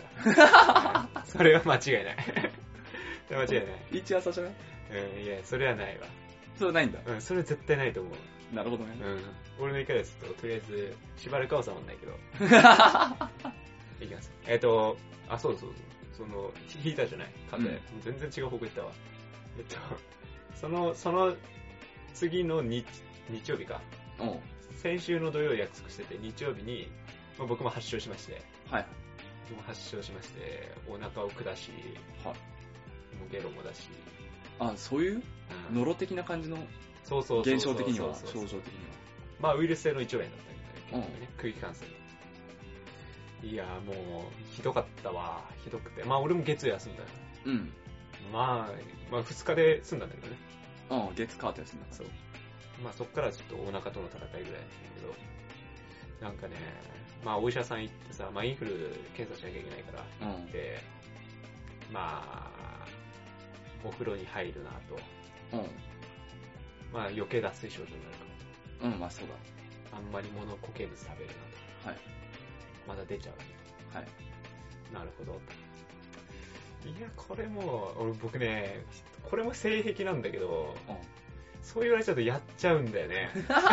うん、それは間違いない。間違いない。 一朝じゃない？ うん、いや、それはないわ。 それはないんだ。 うん、それは絶対ないと思う。 なるほどね。 うん。俺の言い方ですと、とりあえず、しばらくは収まんないけど。いきます。えっ、ー、と、あ、そうそうそう。その、引いたじゃない風、うん、全然違う方向行ったわ。えっと、その、その、次の日、日曜日か。 うん。 先週の土曜約束してて、日曜日に、まあ、僕も発症しまして。 はい。 もう発症しまして、お腹を下し、 はい。 もうゲロもだし。 あ、そういう、うん、ノロ的な感じのそうそう現象的には、症状的には。 まあ、ウイルス性の胃腸炎だったみたいな、ね、空気感染。いやーもう、ひどかったわ。ひどくて。まあ、俺も月曜休んだよ。 うん。 まあ、まあ、二日で済んだんだけどね。 うん、月火って休んだ。 そう。まあ、そっからちょっとお腹との戦いぐらいなんだけど、なんかね、まあ、お医者さん行ってさ、まあ、インフル検査しなきゃいけないから、 うん、 で、まあ、お風呂に入るなと。 うん。 まあ、余計脱水症状になるかも。うん、まあそうだ。 あんまり物固形物食べるなと。 はい。 まだ出ちゃう。 はい。 なるほど。いや、これも、俺僕ね、これも性癖なんだけど、うん、そう言われちゃうとやっちゃうんだよね。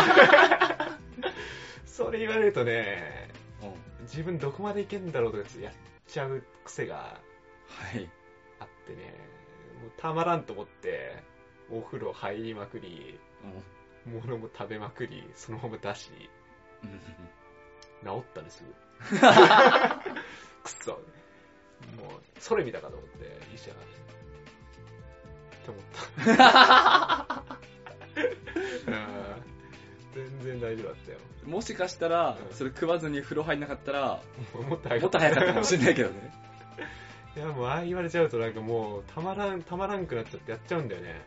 それ言われるとね、うん、自分どこまでいけんだろうとかやっちゃう癖があってね、もうたまらんと思って、お風呂入りまくり、うん、物も食べまくり、そのまま出し、治ったね、すぐ。くそ。もう、それ見たかと思って、医者が。って思った。全然大丈夫だったよ。 もしかしたら、うん、それ食わずに風呂入んなかったら、 もっと早かったかもしれないけどね。 いや、もうああ言われちゃうとなんかもう、たまらん、たまらんくなっちゃってやっちゃうんだよね。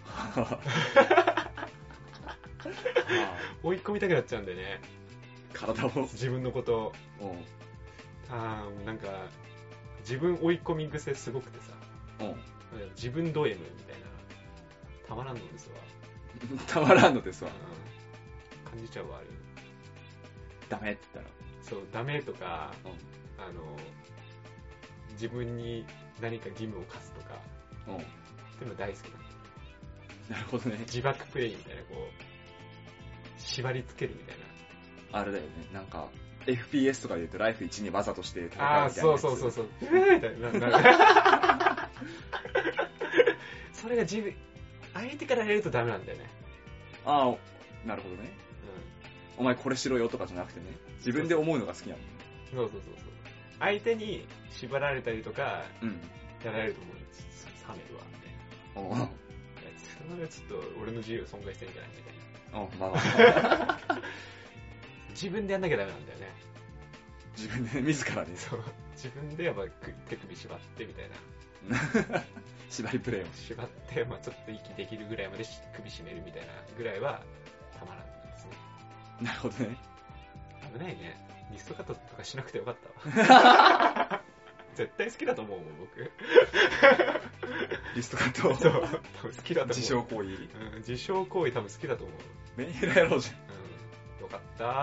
追い込みたくなっちゃうんだよね。 体を自分のことを。あーなんか自分追い込み癖すごくてさ、うん、自分ド M みたいな、たまらんのですわ。 たまらんのですわ、 うん、感じちゃうわ。あれダメって言ったらそうダメとか、うん、あの自分に何か義務を課すとか、うん、っていうの大好きなんだ。 なるほどね。 自爆プレイみたいな、こう縛り付けるみたいな。 あれだよね、なんかエフピーエス とかで言うとライフいちにわざとして戦うみたいな。 ああ、そうそうそうそう。えーみたいな。なそれが自分、相手からやるとダメなんだよね。 ああ、なるほどね。うん。お前これしろよとかじゃなくてね、自分で思うのが好きなの。 そうそうそうそう。相手に縛られたりとか、うん、やられるともう冷めるわ、みたいな。おう。それはちょっと俺の自由を損害してるんじゃないみたいな。 おう、まあまあ。 自分でやんなきゃダメなんだよね。 自分で自らね。 そう。自分でやっぱ手首縛ってみたいな。 縛りプレイを縛って、まあちょっと息できるぐらいまで首絞めるみたいなぐらいはたまらんですね。 なるほどね。 危ないね。リストカットとかしなくてよかったわ。絶対好きだと思うもん、僕。 リストカット。 そう。多分好きだと思う。 自傷行為。 うん、自傷行為多分好きだと思う。 メンヘラ野郎じゃん。 よかった。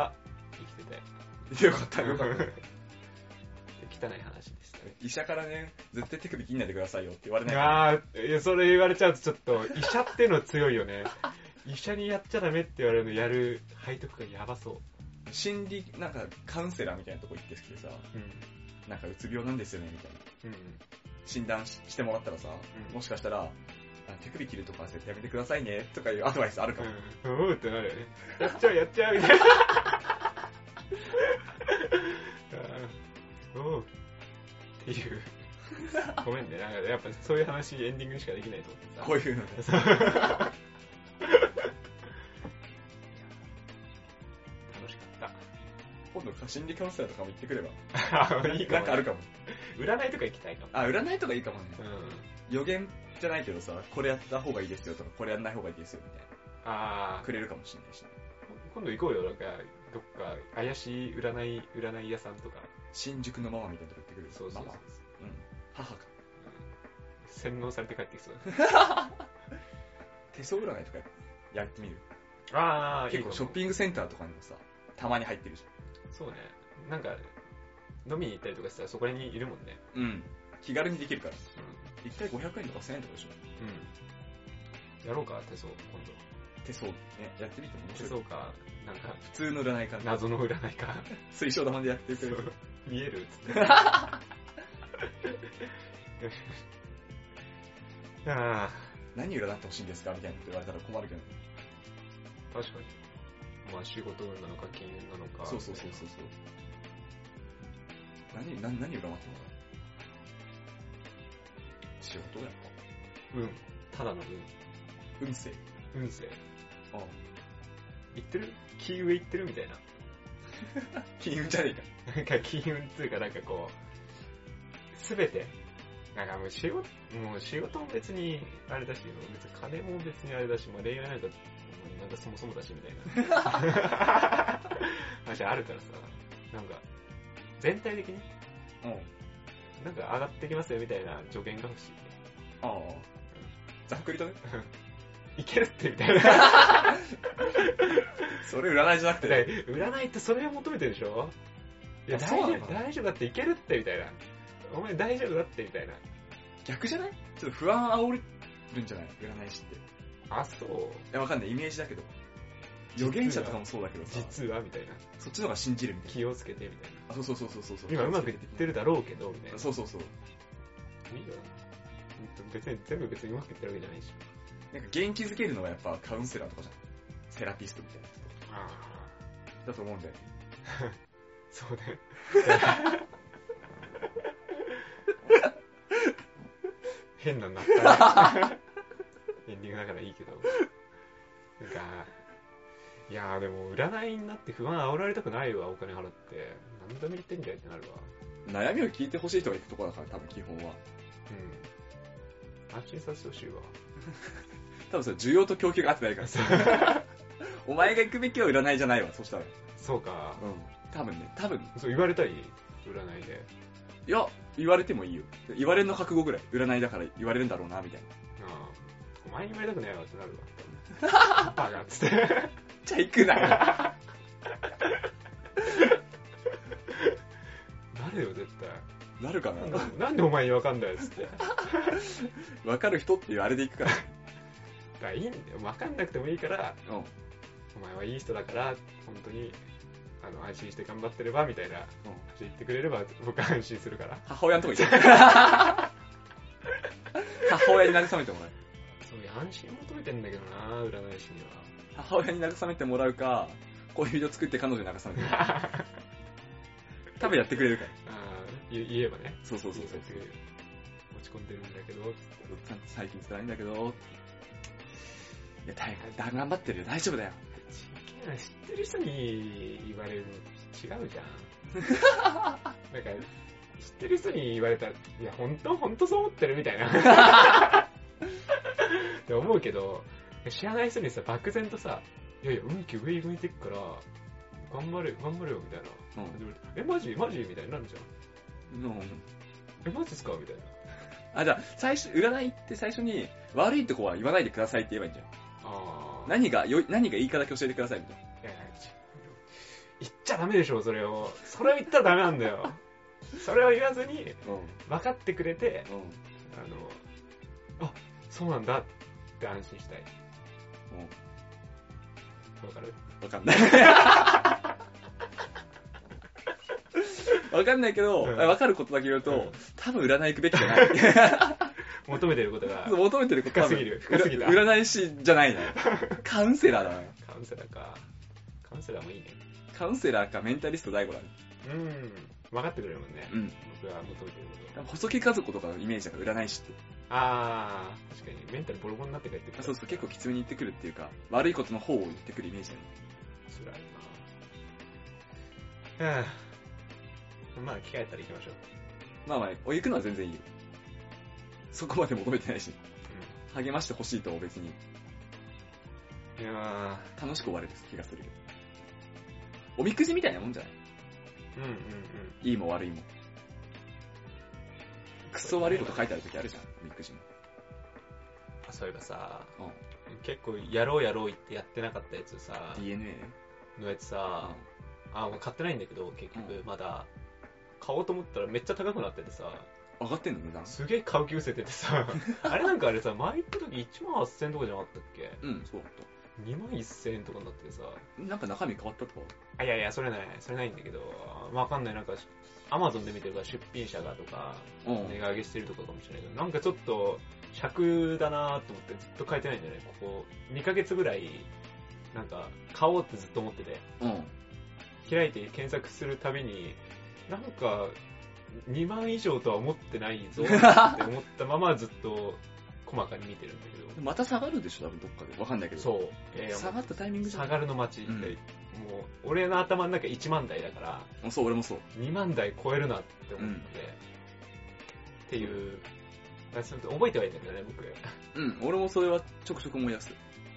生きてて。よかった、よかった。 汚い話でしたね。 医者からね、絶対手首切んないでくださいよって言われない。 ああ、いや、それ言われちゃうとちょっと、医者っての強いよね。医者にやっちゃダメって言われるのやる背徳がやばそう。 心理、なんかカウンセラーみたいなとこ行ってきてさ、うん、なんかうつ病なんですよねみたいな。うん、診断 し, してもらったらさ、うん、もしかしたら、手首切るとか絶対やめてくださいねとかいうアドバイスあるかも。 うん、うーってなるよね。やっちゃうやっちゃうみたいな。おうっていう。ごめんね、なんかやっぱそういう話エンディングにしかできないと思ってさ。 こういうのね。 楽しかった。 今度心理カウンセラーとかも行ってくれば。 いいかも、ね。 なんかあるかも。 占いとか行きたいかも。 あ、占いとかいいかもね。うん、予言じゃないけどさ、これやった方がいいですよとか、これやんない方がいいですよみたいな。あくれるかもしれないし。 今度行こうよ、なんか、どっか怪しい占い、占い屋さんとか。 新宿のママみたいなとこ行ってくる。 そうそうそう。ママ。 うん。母か。うん、 洗脳されて帰ってきそう。 手相占いとかやってみる。 ああ、 結構ショッピングセンターとかにもさ、たまに入ってるじゃん。そうね。なんか、飲みに行ったりとかしたらそこにいるもんね。 うん。気軽にできるから。うん。一回ごひゃくえんとかせんえんとかでしょ。 うん。やろうか、手相、今度。 手相ね、やってみても面白い。 手相か、なんか、 普通の占いか。 謎の占いか。 水晶玉でやってくれる。 見えるっつって。あ何占ってほしいんですかみたいなこと言われたら困るけど。 確かに。まあ仕事運なのか金運なのか。 そうそうそうそうそう。何、何、何占ってもらう？仕事やっぱ。運。ただの運。運勢。 運勢。 ああ。 言ってる？金運言ってるみたいな。 金運じゃねえか。なんか金運っていうかなんかこう、すべて、なんかもう仕事、もう仕事も別にあれだし、別に金も別にあれだし、まあ、恋愛なんか、なんかそもそもだしみたいな話あるからさ、なんか全体的に、 うん、 なんか上がってきますよみたいな助言が欲しい。 ああ、うん、ざっくりとね。 いけるってみたいな。 それ占いじゃなくて、 占いってそれを求めてるでしょ。いや大丈夫大丈夫だっていけるってみたいな。お前大丈夫だってみたいな。 逆じゃない？ちょっと不安煽るんじゃない？占い師って。 あ、そう。いや、わかんない。イメージだけど。予言者とかもそうだけどさ。 実はみたいな。 そっちの方が信じるみたいな。 気をつけてみたいな。 あ、そうそうそうそうそう。 今うまくいってるだろうけど、みたいな。 そうそうそう。 いいよ。別に、全部別にうまくいってるわけじゃないし。 なんか元気づけるのはやっぱカウンセラーとかじゃん。セラピストみたいな人。 ああ。だと思うんだよ。 そうね。変なんだったエンディングだからいいけど、なんかいやーでも占いになって不安煽られたくないわ。お金払って何でも言ってんじゃいってなるわ。 悩みを聞いてほしい人が行くところだから多分基本は。 うん。安心させてほしいわ。 多分それ需要と供給が合ってないからさ。お前が行くべきは占いじゃないわ。そしたら。 そうか。 うん。多分ね。多分。 そう言われたい占いで。 いや、言われてもいいよ。言われるの覚悟ぐらい。占いだから言われるんだろうな、みたいな。 ああ。お前に言われたくないわってなるわ。バカっつって。 じゃあ行くなよ。 なるよ、絶対。 なるかな。 な, なんでお前にわかんだよ、つって。 わかる人っていうあれで行くから。 だからいいんだよ。わかんなくてもいいから、うん、お前はいい人だから、本当に、あの、安心して頑張ってれば、みたいな、うん、言ってくれれば、僕は安心するから。 母親のとこ行って。母親に慰めてもらう。 そういう安心求めてんだけどな、占い師には。 母親に慰めてもらうか、恋人作って彼女に慰めてもらう。多分やってくれるから。 ああ、言えばね。 そうそうそうそう。 落ち込んでるんだけど、 最近辛いんだけど、いや、大変だ、頑張ってるよ、大丈夫だよ。 知ってる人に言われるの違うじゃん。なんか、知ってる人に言われたら、いや、ほんと、ほんとそう思ってるみたいな。って思うけど、知らない人にさ、漠然とさ、いやいや、運気上向いてっから、頑張れ、頑張れよ、みたいな。うん、え、マジマジみたいになるじゃん。うん、え、マジっすかみたいな。 あ、じゃあ、最初、占いって最初に、悪いとこは言わないでくださいって言えばいいんじゃん。あー。何が、よ、何がいいかだけ教えてくださいみたいな。いやいや、 言っちゃダメでしょ、それを。それを言ったらダメなんだよ。それを言わずに、分かってくれて、うん、あの、あ、そうなんだって安心したい。うん。わかる？ わかんない。わかんないけど、うん、わかることだけ言うと、うん、多分占い行くべきじゃない。 求めてることが。 求めてること深すぎる。深すぎた。 占い師じゃないのよ。カウンセラーだな。 カウンセラーか。カウンセラーもいいね。 カウンセラーかメンタリスト大悟だね。 うん。分かってくれるもんね。うん。僕が求めてること。 細木家族とかのイメージだから占い師って。 あー、確かに。メンタルボロボロになって帰ってくる。 そうそう、結構きつめに言ってくるっていうか、悪いことの方を言ってくるイメージだね。 辛いなぁ。はぁ。まあ、機会あったら行きましょう。 まあまあ、行くのは全然いいよ。そこまで求めてないし。うん、励ましてほしいと別に。 いやー、楽しく終われる気がするけど。おみくじみたいなもんじゃない？ うんうんうん。 いいも悪いも。クソ悪いこと書いてあるときあるじゃん、おみくじも。 そういえばさ、 うん、 結構やろうやろう言ってやってなかったやつさ、 ディーエヌエーのやつさ、うん、あ、もう買ってないんだけど、結局まだ、買おうと思ったらめっちゃ高くなっててさ、 上がってんの値段すげえ買う気失せててさ、あれなんかあれさ、前行った時いちまんはっせんえんとかじゃなかったっけ？ うん、そうだった。 にまんせんえんとかになっててさ、 なんか中身変わったとか？ あ、いやいや、それない、それないんだけど、わかんない、なんか、アマゾンで見てるから出品者がとか、値が上げしてるとかかもしれないけど、なんかちょっと、尺だなーと思ってずっと変えてないんだよね、ここ。にかげつぐらい、なんか、買おうってずっと思ってて。 うん。 開いて検索するたびに、なんか、にまん以上とは思ってないぞって思ったままずっと細かに見てるんだけど。 また下がるでしょ、多分どっかで。わかんないけど。 そう。 えー、下がったタイミングじゃん。 下がるの待ち、うん、もう、俺の頭の中いちまん台だから。 そう、俺もそう。 にまん台超えるなって思って、うん、っていう、覚えてはいたんだよね、僕。 うん、俺もそれはちょくちょく思い出す。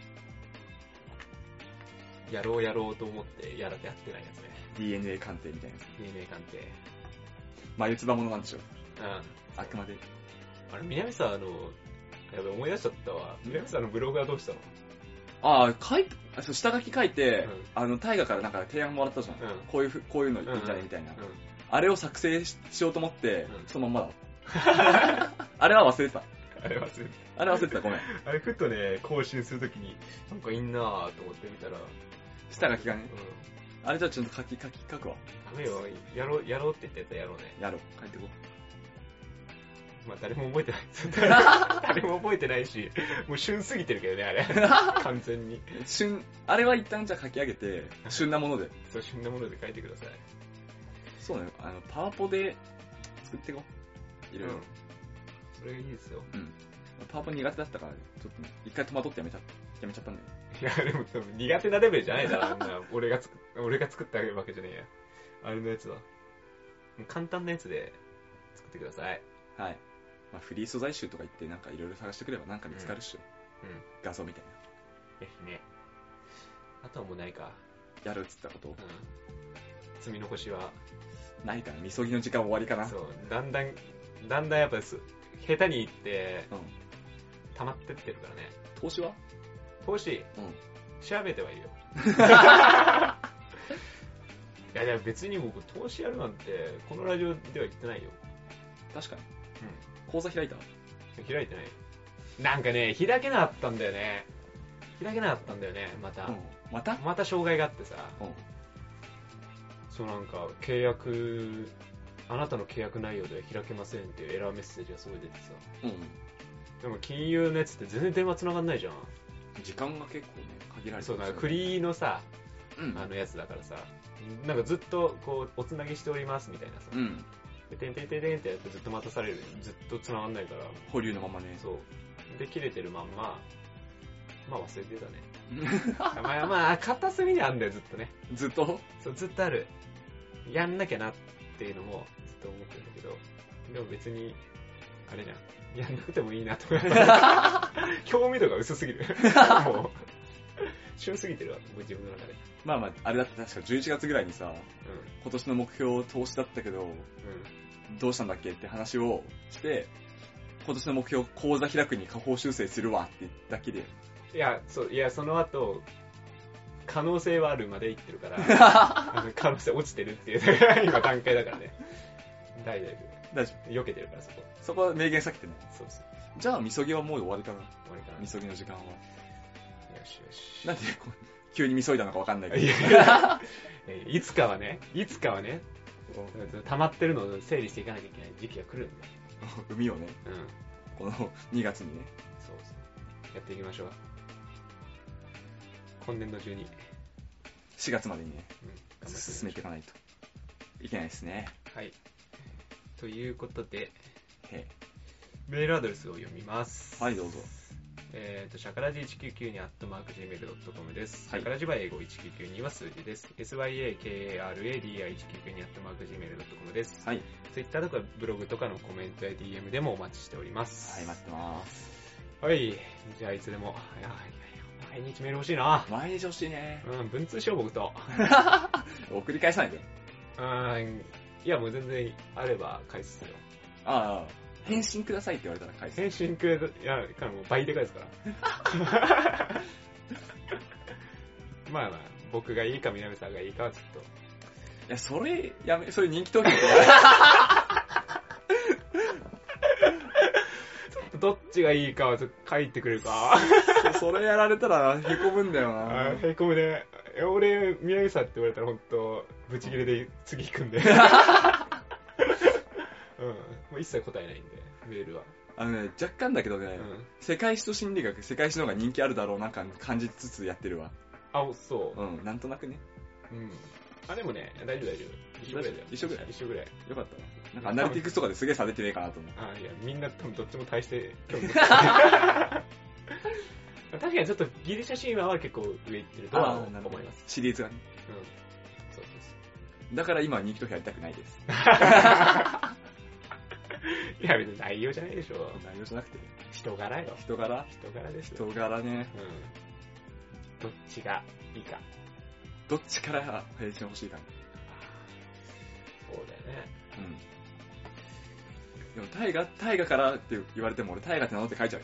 やろうやろうと思ってやらやってないやつね。 ディーエヌエー 鑑定みたいなやつ。 ディーエヌエー 鑑定。 眉唾物なんでしょ。うん。あくまで。 あれ、南沢の、やべ、思い出しちゃったわ。南沢のブログはどうしたの？ ああ、書いて、そう、下書き書いて、うん、あの、大河からなんか提案もらったじゃん。うん、こういうふ、こういうの言いたいみたいな。うんうん、あれを作成 し, しようと思って、うん、そのままだ。あれは忘れてた。 あれ忘れてた。 あれ忘れてた、ごめん。 あれ、ふっとね、更新するときに、なんかいんなぁと思ってみたら、 下書きがね。うん、あれじゃあちょっと書き、書き、書くわ。 ダメよ、やろう、やろうって言ったやつやろうね。 やろう、書いてこう。 まあ誰も覚えてない。誰も覚えてないし、もう旬すぎてるけどね、あれ。完全に。 旬、あれは一旦じゃあ書き上げて、旬なもので。 そう、旬なもので書いてください。 そうね、あの、パワポで作っていこう。いろいろ。 それがいいですよ。 うん。パワポ苦手だったから、ちょっと一回戸惑ってやめちゃった。やめちゃったんだよ。 いや、でも多分苦手なレベルじゃないだろ、あんな。俺が作っ、俺が作ったわけじゃねえや。あれのやつは。もう簡単なやつで作ってください。 はい。まあ、フリー素材集とか言ってなんかいろいろ探してくればなんか見つかるっしょ。うん。うん、画像みたいな。 ぜひね。あとはもうないか。 やるっつったこと。うん。 積み残しは。 ないかな。みそぎの時間終わりかな。 そう。だんだん、だんだんやっぱす、下手にいって、うん。溜まってってるからね。 投資は投資、うん。調べてはいいよ。いや、でも別に僕投資やるなんて、このラジオでは言ってないよ。 確かに。うん。口座開いた？ 開いてない。なんかね、開けなかったんだよね。開けなかったんだよね、また。うん、 またまた障害があってさ。うん、そうなんか、契約、あなたの契約内容では開けませんっていうエラーメッセージがすごい出てさ。うん。でも金融のやつって全然電話繋がんないじゃん。 時間が結構ね、限られてる。 そう、なんかフリーのさ、うん、あのやつだからさ、なんかずっとこう、おつなぎしておりますみたいなさ。うん。で、てんてんてんてんってやってずっと待たされる。ずっと繋がんないから。 保留のままね。 そう。で、切れてるまんま、まあ忘れてたね。まあまあ、片隅にあるんだよ、ずっとね。 ずっとそう、ずっとある。やんなきゃなっていうのもずっと思ってるんだけど、でも別に、あれじゃん。やんなくてもいいなと思って。興味度が薄すぎる。もう、旬すぎてるわ、自分の中で。 まあまあ、あれだって確かじゅういちがつぐらいにさ、うん、今年の目標投資だったけど、うん、どうしたんだっけって話をして、今年の目標口座開くに下方修正するわって言っただけで。 いや、そう、いや、その後、可能性はあるまで言ってるから、あの可能性落ちてるっていう今段階だからね。大丈夫。 大丈夫。 避けてるからそこ。 そこは明言さっきてね。 そうそう。 じゃあ、みそぎはもう終わりかな。 終わりかな。 みそぎの時間は。よしよし。 なんで急にみそいだのかわかんないけど。 いつかはね、いつかはね、溜まってるのを整理していかなきゃいけない時期が来るんだよ。 海をね。うん。このにがつにね。 そうそう。やっていきましょう。今年度中に。 しがつまでにね、うん、頑張って進めていかないといけないですね。 はい。ということで、メールアドレスを読みます。 はい、どうぞ。 えっと、シャカラジいちきゅうきゅうに アットマークジーメールドットコム です。はい、シャカラジは英語いちきゅうきゅうには数字です。エスワイエーケーエーアールエーディーアイいちきゅうきゅうに アットマークジーメールドットコム です。はい。Twitter とかブログとかのコメントや ディーエム でもお待ちしております。 はい、待ってます。 はい。じゃあ、いつでも。いやいや毎日メール欲しいな。 毎日欲しいね。 うん、文通しよう、僕と。 送り返さないで。 うん、いや、もう全然あれば返すよ。 ああ、 返信くださいって言われたら返す。 返信くれた、いや、からもう倍でかいですから。まあまあ、僕がいいか南さんがいいかはちょっと。 いや、それ、やめ、それ人気投票ってどっちがいいかはちょっと書いてくれるか。 それやられたらへこむんだよな。 へこむね。俺、宮城さんって言われたらほんと、ブチ切れで次行くんで。うん。もう一切答えないんで、メールは。 あのね、若干だけどね、うん、世界史と心理学、世界史の方が人気あるだろうな感じつつやってるわ。 あ、そう。 うん、なんとなくね。 うん。あ、でもね、大丈夫大丈夫。一緒ぐらいだよ。 一緒ぐらい一緒ぐらい。 よかったな。なんかアナリティクスとかですげえ差出てねえかなと思う。 あ、いや、みんな多分どっちも大して興味ない。確かにちょっとギリシャ神話は結構上行ってるとは思います。 シリーズがね。 うん。そうそうそう。だから今は人気投票やりたくないです。 いや、別に内容じゃないでしょ。 内容じゃなくて。 人柄よ。 人柄人柄ですよ。 人柄ね。 うん。どっちがいいか。 どっちから返信欲しいか。 そうだよね。 うん。でも、タイガ、タイガからって言われても俺、タイガって名乗って書いちゃう。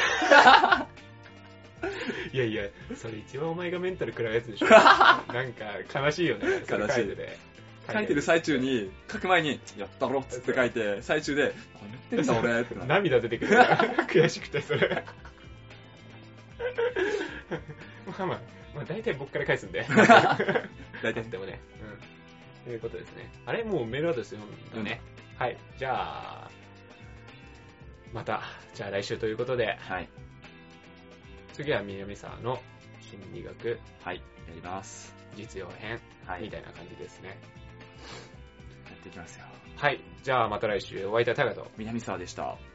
いやいや、それ一番お前がメンタル食らうやつでしょ。なんか悲しいよね。 悲しい。書いてる最中に、書く前に、やったろっつって書いて、最中で、何言ってんだ俺って。 涙出てくる。悔しくて、それ。まあまあ、まあ大体僕から返すんで。大体でもね。うん。ということですね。あれもうメールアドレス読んだね。うん、はい。じゃあ、また、じゃあ来週ということで。 はい。 次は南沢の心理学。 はい。やります。 実用編。 はい。 みたいな感じですね。 やっていきますよ。 はい。じゃあまた来週お会いいたいタイガと南沢でした。